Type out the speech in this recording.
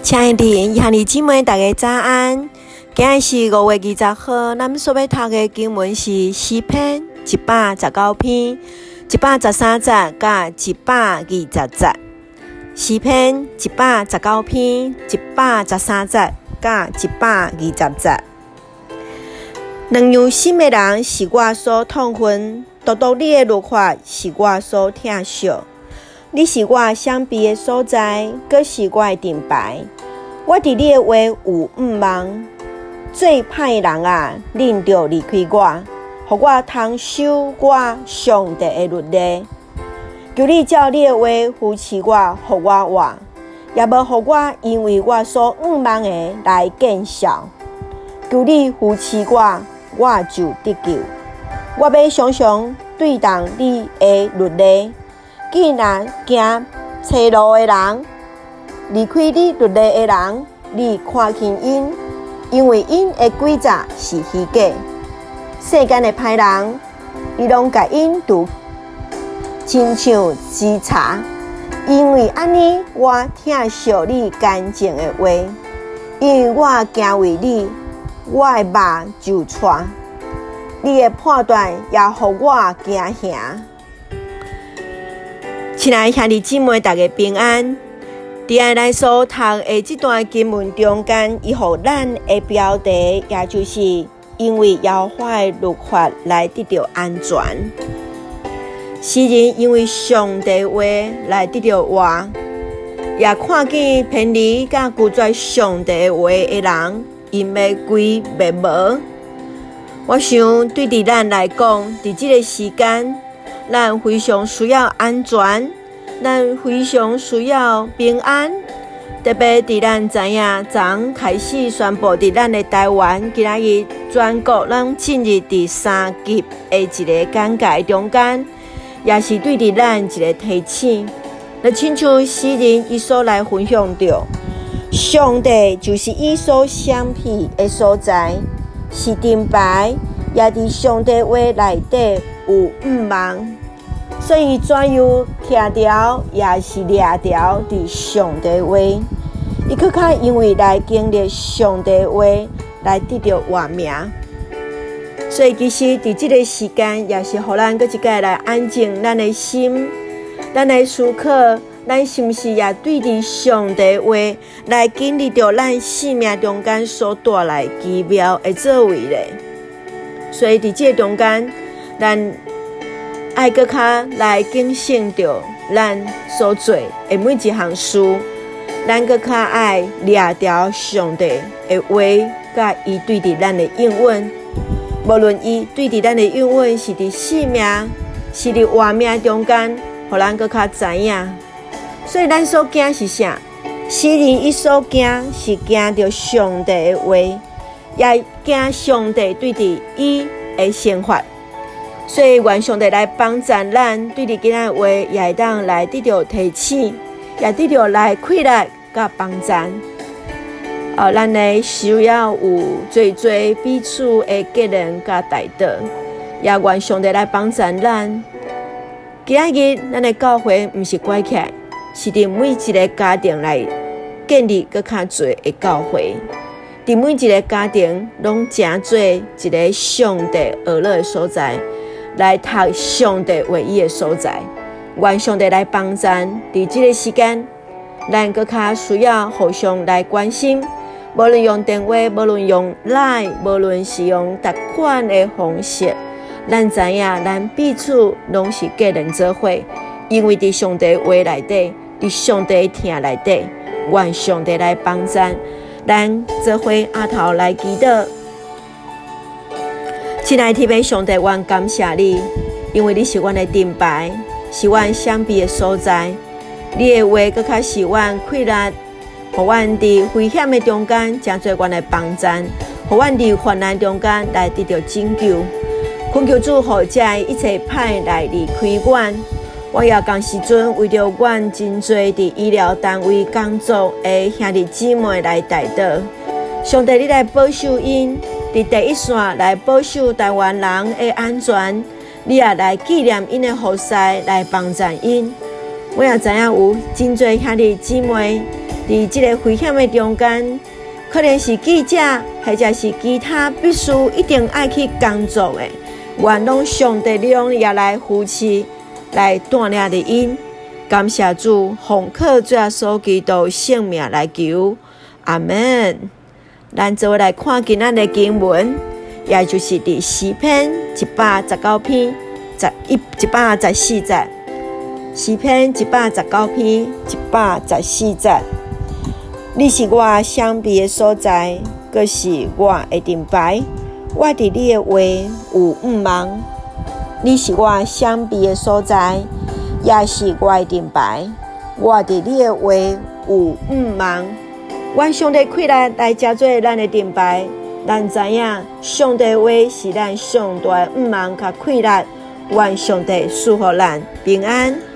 亲爱的兄弟姊妹，大家早安！今日是5月20号，咱所要读的经文是诗篇119篇113节甲120节。诗篇119篇113节甲120节。两样心的人是我所痛恨，独独你的律法是我所疼惜。你是我闪避的所在，阁是我的盾牌。我伫你的话有毋忘，最歹的人啊，恁着离开我，互我通守我上帝的律例。求你照你的话扶持我，互我活，也无互我因为我所毋忘的来见笑。求你扶持我，我就得救。我要常常对当你的律例。既然行斜路的人，离开你律例的人，你看轻因，因为因的规则是虚假。世间的歹人，你拢甲因除，亲像枝茶。因为安尼，我疼惜你干净的话，因为我敬畏你，我的肉就喘。你的判断也互我惊吓。亲爱的兄弟姊妹，大家平安。在咱所读的这段经文中间，伊互咱的标题，也就是因为耶和华的律法来得到安全。诗人因为上帝的话来得到活，也看见偏离甲拒绝上帝的话的人，因要归灭亡。我想对伫咱来讲，伫这个时间，咱非常需要安全，咱非常需要平安。特别伫咱知影，昨开始宣布伫咱的台湾，今仔日全国咱进入第3级的一个简介中间，也是对伫咱一个提醒。那亲像诗人伊所来分享到，上帝就是伊所闪避的所在，是盾牌，也伫上帝话内底有毋忘。所以怎样徛条也是掠条伫上帝话，伊更较因为来经历上帝话来得到活命。所以其实伫这个时间，也是互咱搁一摆来安静咱的心，咱来思考，咱是毋是也对伫上帝话来经历到咱生命中间所带来奇妙的作为咧。所以伫这个中间，咱爱搁较来警醒着咱所做的每一项事，咱搁较爱掠条上帝的话，甲伊对伫咱的应允。无论伊对伫咱的应允是伫生命，是伫活命中间，互咱搁较知影。所以咱所惊是啥？诗人伊所惊是惊着上帝的话，也惊上帝对伫伊的生活。所以愿上帝来帮助咱，对伫今仔话也会当来得到提醒，也得到来快乐甲帮助。咱的需要有最彼此的结连甲带导，也愿上帝来帮助咱。今仔日咱的教会毋是关起来，是伫每一个家庭来建立搁较侪的教会。伫每一个家庭拢诚做一个上帝而乐的所在。来读上帝话语的所在，愿上帝来帮助。伫这个时间，咱搁较需要互相来关心，无论用电话，无论用 LINE， 无论是用逐款的方式，咱知影，咱彼此拢是结连做伙，因为伫上帝话内底，伫上帝听内底，愿上帝来帮助。咱做伙阿头来祈祷。亲爱的天父上帝，阮感谢你，因为你是阮的盾牌，是阮闪避的所在。你的话搁较是阮快乐，互阮伫危险的中间，诚做阮的帮助，互阮伫患难中间来得到拯救。恳求主，互这一切歹来离开阮。我也同时阵为着阮真侪伫医疗单位工作的兄弟姊妹来代祷。上帝，你来保守因。伫第一线来保守台湾人的安全，你也来纪念因的后事，来帮助因。 我也知影有真侪兄弟姊妹伫这个危险的中间，可能是记者，或者是其他必须一定爱去工作的，愿拢上帝用也来扶持，来带领着因。感谢主，奉靠主耶稣基督圣名来求，阿们。咱做来看今仔的经文，也就是伫诗篇119篇114节。诗篇119篇114节。你是我闪避的所在，閣是我的盾牌。我伫你的話有毋茫。你是我閃避的所在，也是我的盾牌。我伫你的話有毋茫。願上帝開力來加做咱的盾牌。咱知影上帝的話是咱上大的毋茫甲開力。願上帝賜福咱平安。